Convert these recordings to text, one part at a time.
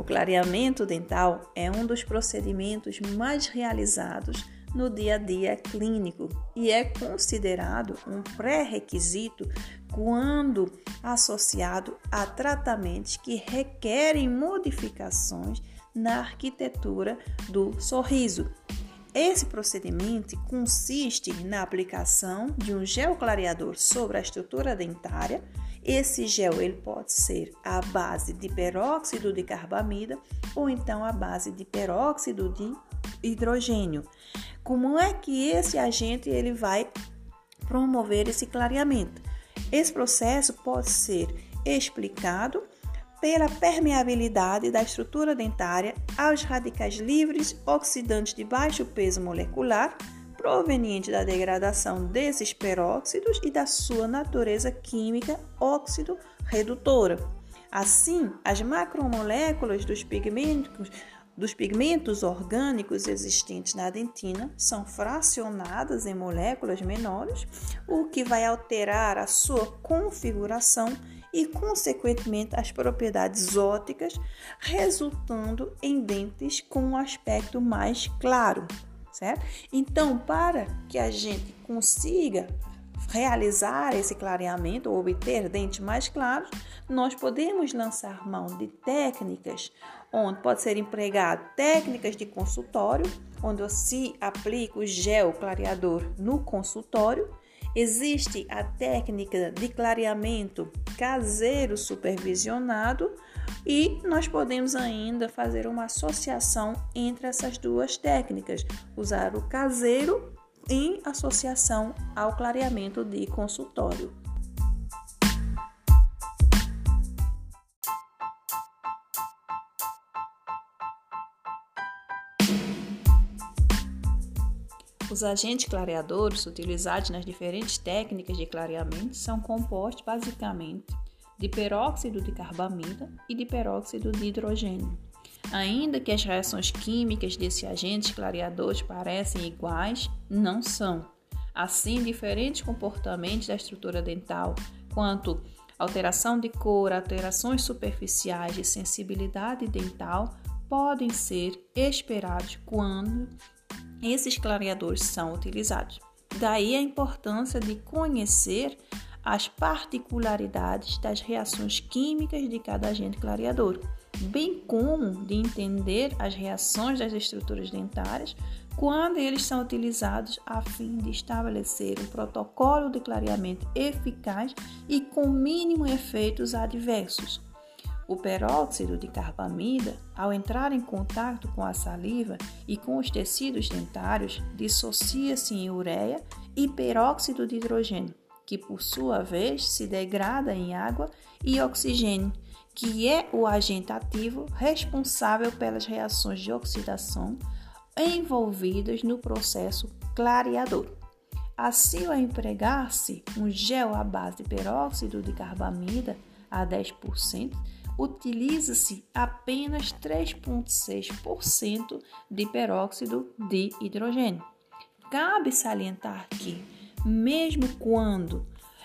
O clareamento dental é um dos procedimentos mais realizados no dia a dia clínico e é considerado um pré-requisito quando associado a tratamentos que requerem modificações na arquitetura do sorriso. Esse procedimento consiste na aplicação de um gel clareador sobre a estrutura dentária. Esse gel ele pode ser à base de peróxido de carbamida ou então à base de peróxido de hidrogênio. Como é que esse agente ele vai promover esse clareamento? Esse processo pode ser explicado pela permeabilidade da estrutura dentária aos radicais livres oxidantes de baixo peso molecular, proveniente da degradação desses peróxidos e da sua natureza química óxido-redutora. Assim, as macromoléculas dos pigmentos orgânicos existentes na dentina são fracionadas em moléculas menores, o que vai alterar a sua configuração e, consequentemente, as propriedades ópticas, resultando em dentes com um aspecto mais claro, certo? Então, para que a gente consiga realizar esse clareamento ou obter dentes mais claros, nós podemos lançar mão de técnicas onde pode ser empregado técnicas de consultório, onde se aplica o gel clareador no consultório. Existe a técnica de clareamento caseiro supervisionado e nós podemos ainda fazer uma associação entre essas duas técnicas, usar o caseiro em associação ao clareamento de consultório. Os agentes clareadores utilizados nas diferentes técnicas de clareamento são compostos basicamente de peróxido de carbamida e de peróxido de hidrogênio. Ainda que as reações químicas desses agentes clareadores parecem iguais, não são. Assim, diferentes comportamentos da estrutura dental, quanto alteração de cor, alterações superficiais de sensibilidade dental, podem ser esperados quando esses clareadores são utilizados. Daí a importância de conhecer as particularidades das reações químicas de cada agente clareador, bem como de entender as reações das estruturas dentárias quando eles são utilizados a fim de estabelecer um protocolo de clareamento eficaz e com mínimo efeitos adversos. O peróxido de carbamida, ao entrar em contato com a saliva e com os tecidos dentários, dissocia-se em ureia e peróxido de hidrogênio, que por sua vez se degrada em água e oxigênio, que é o agente ativo responsável pelas reações de oxidação envolvidas no processo clareador. Assim, ao empregar-se um gel à base de peróxido de carbamida a 10%, utiliza-se apenas 3,6% de peróxido de hidrogênio. Cabe salientar que, mesmo quando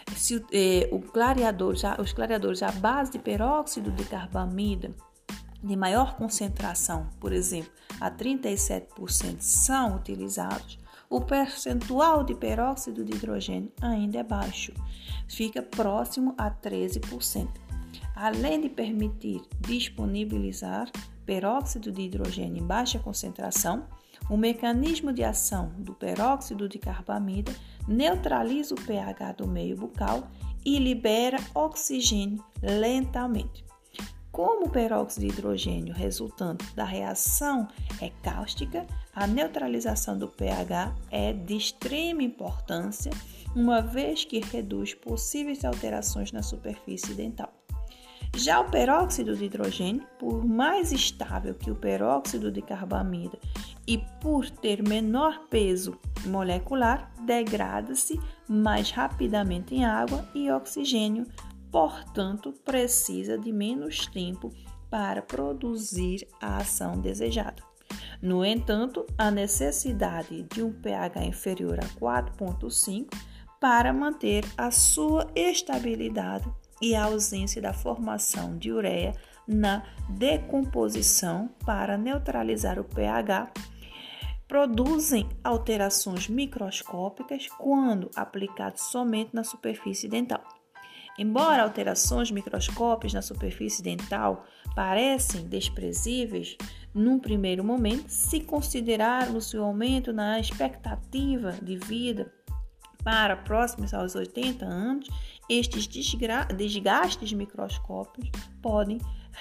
os clareadores à base de peróxido de carbamida de maior concentração, por exemplo, a 37% são utilizados, o percentual de peróxido de hidrogênio ainda é baixo, fica próximo a 13%. Além de permitir disponibilizar peróxido de hidrogênio em baixa concentração, o mecanismo de ação do peróxido de carbamida neutraliza o pH do meio bucal e libera oxigênio lentamente. Como o peróxido de hidrogênio resultante da reação é cáustica, a neutralização do pH é de extrema importância, uma vez que reduz possíveis alterações na superfície dental. Já o peróxido de hidrogênio, por mais estável que o peróxido de carbamida e por ter menor peso molecular, degrada-se mais rapidamente em água e oxigênio, portanto, precisa de menos tempo para produzir a ação desejada. No entanto, a necessidade de um pH inferior a 4,5 para manter a sua estabilidade e a ausência da formação de ureia na decomposição para neutralizar o pH produzem alterações microscópicas quando aplicados somente na superfície dental. Embora alterações microscópicas na superfície dental parecem desprezíveis num primeiro momento, se considerarmos o aumento na expectativa de vida para próximos aos 80 anos, estes desgastes microscópicos podem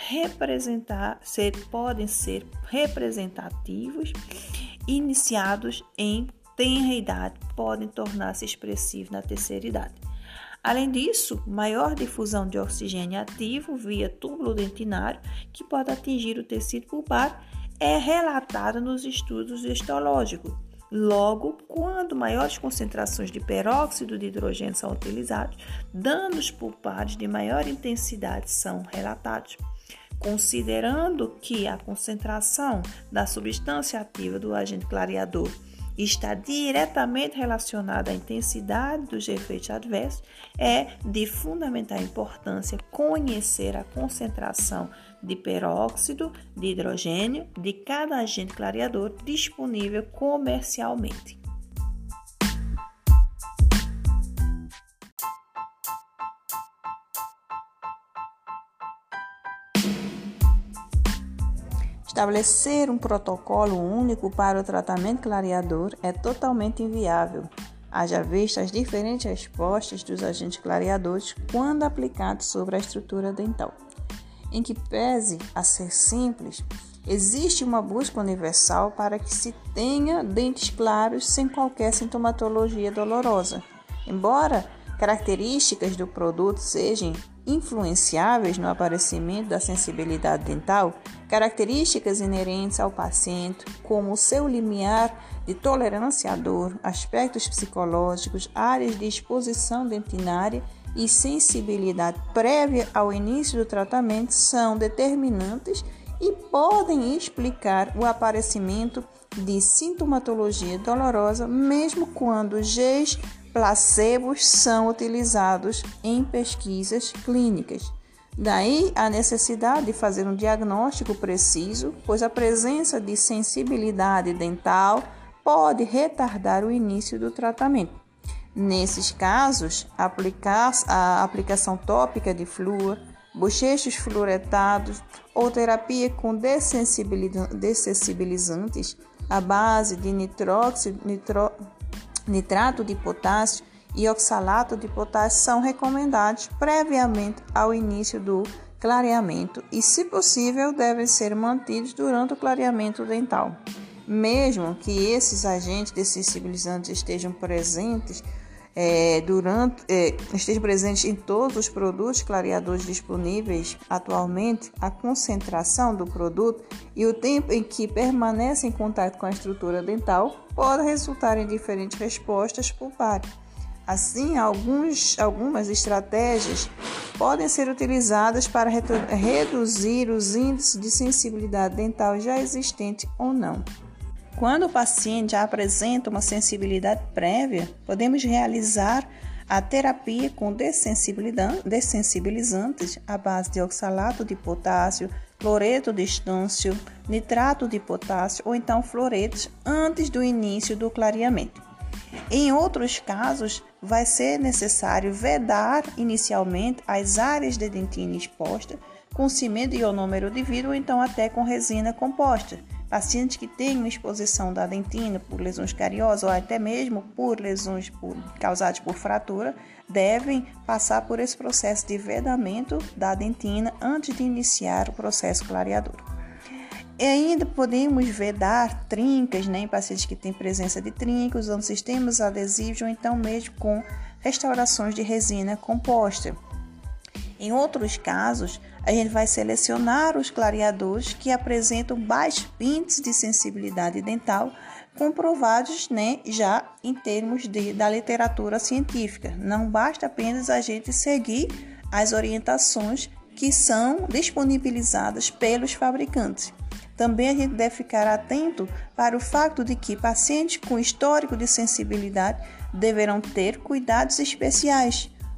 ser representativos, iniciados em tenra idade, podem tornar-se expressivos na terceira idade. Além disso, maior difusão de oxigênio ativo via túbulo dentinário, que pode atingir o tecido pulpar, é relatada nos estudos histológicos. Logo, quando maiores concentrações de peróxido de hidrogênio são utilizados, danos pulpares de maior intensidade são relatados. Considerando que a concentração da substância ativa do agente clareador está diretamente relacionada à intensidade dos efeitos adversos, é de fundamental importância conhecer a concentração de peróxido de hidrogênio de cada agente clareador disponível comercialmente. Estabelecer um protocolo único para o tratamento clareador é totalmente inviável, haja vista as diferentes respostas dos agentes clareadores quando aplicados sobre a estrutura dental. Em que pese a ser simples, existe uma busca universal para que se tenha dentes claros sem qualquer sintomatologia dolorosa. Embora características do produto sejam influenciáveis no aparecimento da sensibilidade dental, características inerentes ao paciente, como o seu limiar de tolerância à dor, aspectos psicológicos, áreas de exposição dentinária e sensibilidade prévia ao início do tratamento, são determinantes e podem explicar o aparecimento de sintomatologia dolorosa, mesmo quando genes placebos são utilizados em pesquisas clínicas. Daí a necessidade de fazer um diagnóstico preciso, pois a presença de sensibilidade dental pode retardar o início do tratamento. Nesses casos, a aplicação tópica de flúor, bochechos fluoretados ou terapia com dessensibilizantes à base de nitrato de potássio e oxalato de potássio são recomendados previamente ao início do clareamento e, se possível, devem ser mantidos durante o clareamento dental. Mesmo que esses agentes dessensibilizantes estejam presentes em todos os produtos clareadores disponíveis atualmente, a concentração do produto e o tempo em que permanece em contato com a estrutura dental pode resultar em diferentes respostas pulpares. Assim, algumas estratégias podem ser utilizadas para reduzir os índices de sensibilidade dental já existente ou não. Quando o paciente já apresenta uma sensibilidade prévia, podemos realizar a terapia com dessensibilizantes à base de oxalato de potássio, cloreto de estôncio, nitrato de potássio ou então fluoretos antes do início do clareamento. Em outros casos, vai ser necessário vedar inicialmente as áreas de dentina exposta com cimento ionômero de vidro ou então até com resina composta. Pacientes que têm uma exposição da dentina por lesões cariosas ou até mesmo por lesões causadas por fratura devem passar por esse processo de vedamento da dentina antes de iniciar o processo clareador. E ainda podemos vedar trincas, em pacientes que têm presença de trincas, usando sistemas adesivos ou então mesmo com restaurações de resina composta. Em outros casos, a gente vai selecionar os clareadores que apresentam baixo índice de sensibilidade dental, comprovados já em termos da literatura científica. Não basta apenas a gente seguir as orientações que são disponibilizadas pelos fabricantes. Também a gente deve ficar atento para o fato de que pacientes com histórico de sensibilidade deverão ter cuidados especiais,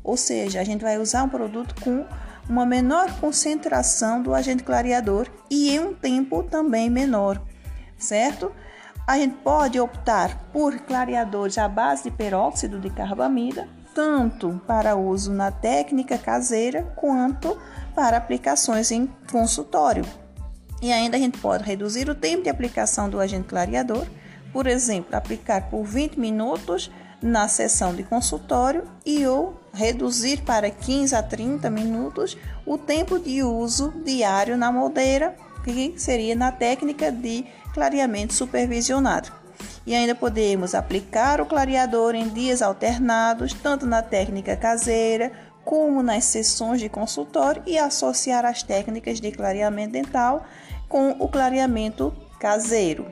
ou seja, a gente vai usar um produto com uma menor concentração do agente clareador e em um tempo também menor, certo? A gente pode optar por clareadores à base de peróxido de carbamida, tanto para uso na técnica caseira quanto para aplicações em consultório. E ainda a gente pode reduzir o tempo de aplicação do agente clareador, por exemplo, aplicar por 20 minutos na sessão de consultório ou reduzir para 15 a 30 minutos o tempo de uso diário na moldeira, que seria na técnica de clareamento supervisionado. E ainda podemos aplicar o clareador em dias alternados, tanto na técnica caseira como nas sessões de consultório e associar as técnicas de clareamento dental com o clareamento caseiro.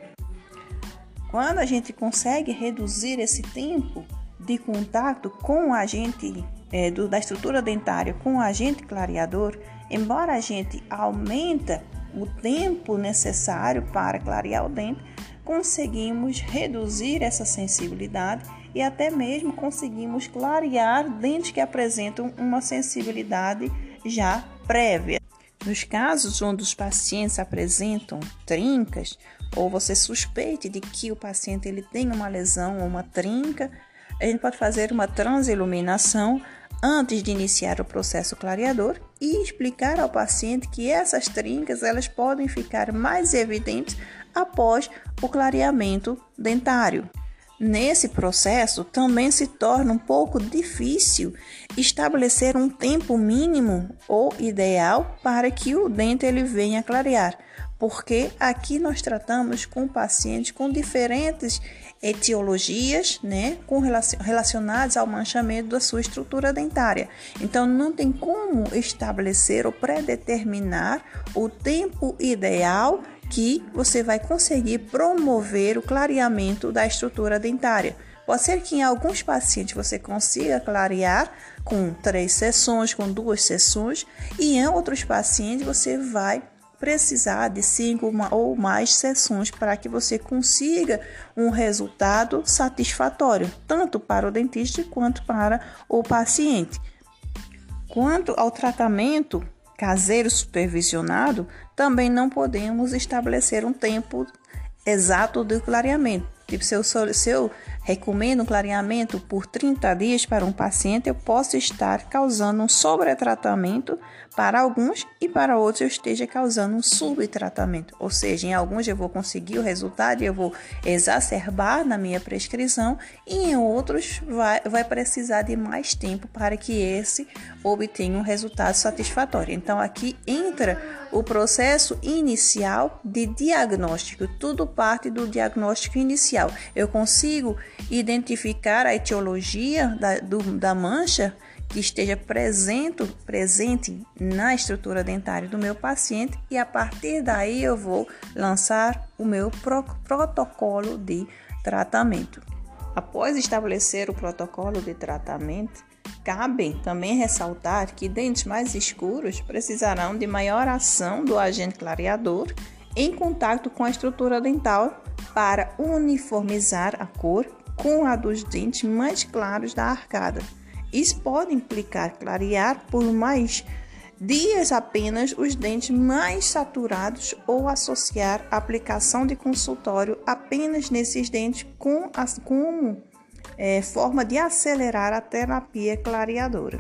Quando a gente consegue reduzir esse tempo de contato com o agente da estrutura dentária com o agente clareador, embora a gente aumenta o tempo necessário para clarear o dente, conseguimos reduzir essa sensibilidade e até mesmo conseguimos clarear dentes que apresentam uma sensibilidade já prévia. Nos casos onde os pacientes apresentam trincas ou você suspeite de que o paciente ele tem uma lesão ou uma trinca, a gente pode fazer uma transiluminação antes de iniciar o processo clareador e explicar ao paciente que essas trincas elas podem ficar mais evidentes após o clareamento dentário. Nesse processo, também se torna um pouco difícil estabelecer um tempo mínimo ou ideal para que o dente ele venha clarear, porque aqui nós tratamos com pacientes com diferentes etiologias, relacionadas ao manchamento da sua estrutura dentária. Então, não tem como estabelecer ou predeterminar o tempo ideal que você vai conseguir promover o clareamento da estrutura dentária. Pode ser que em alguns pacientes você consiga clarear com 3 sessões, com 2 sessões, e em outros pacientes você vai precisar de 5 ou mais sessões para que você consiga um resultado satisfatório, tanto para o dentista quanto para o paciente. Quanto ao tratamento caseiro supervisionado, também não podemos estabelecer um tempo exato de clareamento. Tipo, se eu recomendo um clareamento por 30 dias para um paciente, eu posso estar causando um sobretratamento para alguns e para outros eu esteja causando um subtratamento. Ou seja, em alguns eu vou conseguir o resultado e eu vou exacerbar na minha prescrição e em outros vai precisar de mais tempo para que esse obtenha um resultado satisfatório. Então, aqui entra o processo inicial de diagnóstico. Tudo parte do diagnóstico inicial. Eu consigo identificar a etiologia da mancha que esteja presente na estrutura dentária do meu paciente e a partir daí eu vou lançar o meu protocolo de tratamento. Após estabelecer o protocolo de tratamento, cabe também ressaltar que dentes mais escuros precisarão de maior ação do agente clareador em contato com a estrutura dental para uniformizar a cor com a dos dentes mais claros da arcada. Isso pode implicar clarear por mais dias apenas os dentes mais saturados ou associar a aplicação de consultório apenas nesses dentes como forma de acelerar a terapia clareadora.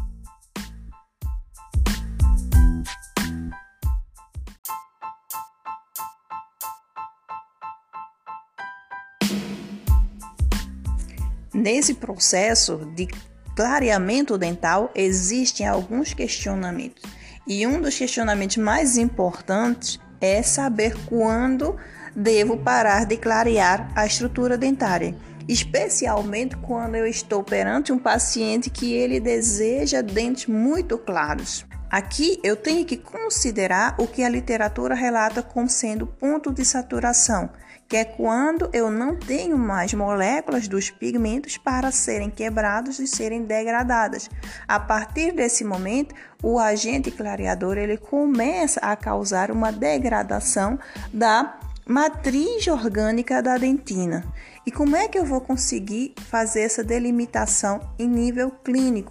Nesse processo de clareamento dental, existem alguns questionamentos. E um dos questionamentos mais importantes é saber quando devo parar de clarear a estrutura dentária. Especialmente quando eu estou perante um paciente que ele deseja dentes muito claros. Aqui eu tenho que considerar o que a literatura relata como sendo ponto de saturação, que é quando eu não tenho mais moléculas dos pigmentos para serem quebrados e serem degradadas. A partir desse momento, o agente clareador ele começa a causar uma degradação da matriz orgânica da dentina. E como é que eu vou conseguir fazer essa delimitação em nível clínico?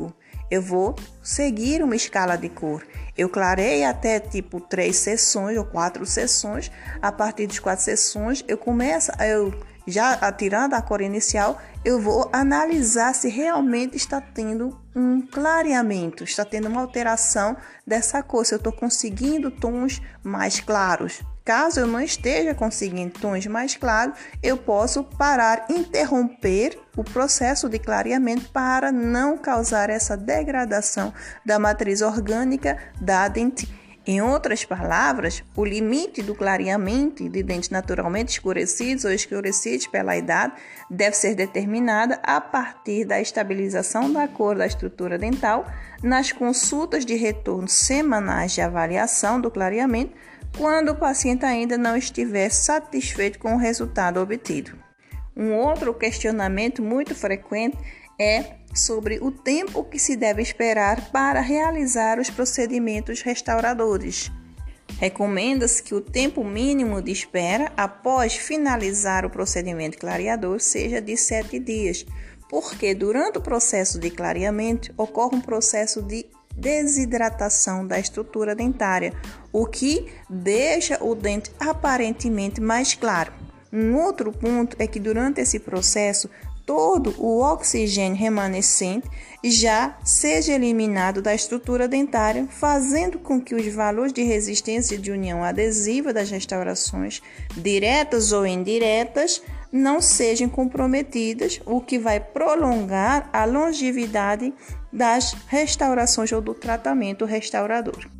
eu vou seguir uma escala de cor. Eu clareio até 3 sessões ou 4 sessões. A partir das 4 sessões, já tirando a cor inicial, eu vou analisar se realmente está tendo um clareamento, está tendo uma alteração dessa cor, se eu estou conseguindo tons mais claros. Caso eu não esteja conseguindo tons mais claros, eu posso parar, interromper o processo de clareamento para não causar essa degradação da matriz orgânica da dentina. Em outras palavras, o limite do clareamento de dentes naturalmente escurecidos ou escurecidos pela idade deve ser determinada a partir da estabilização da cor da estrutura dental nas consultas de retorno semanais de avaliação do clareamento, quando o paciente ainda não estiver satisfeito com o resultado obtido. Um outro questionamento muito frequente é sobre o tempo que se deve esperar para realizar os procedimentos restauradores. Recomenda-se que o tempo mínimo de espera após finalizar o procedimento clareador seja de 7 dias, porque durante o processo de clareamento ocorre um processo de desidratação da estrutura dentária, o que deixa o dente aparentemente mais claro. Um outro ponto é que durante esse processo todo o oxigênio remanescente já seja eliminado da estrutura dentária, fazendo com que os valores de resistência de união adesiva das restaurações, diretas ou indiretas, não sejam comprometidas, o que vai prolongar a longevidade das restaurações ou do tratamento restaurador.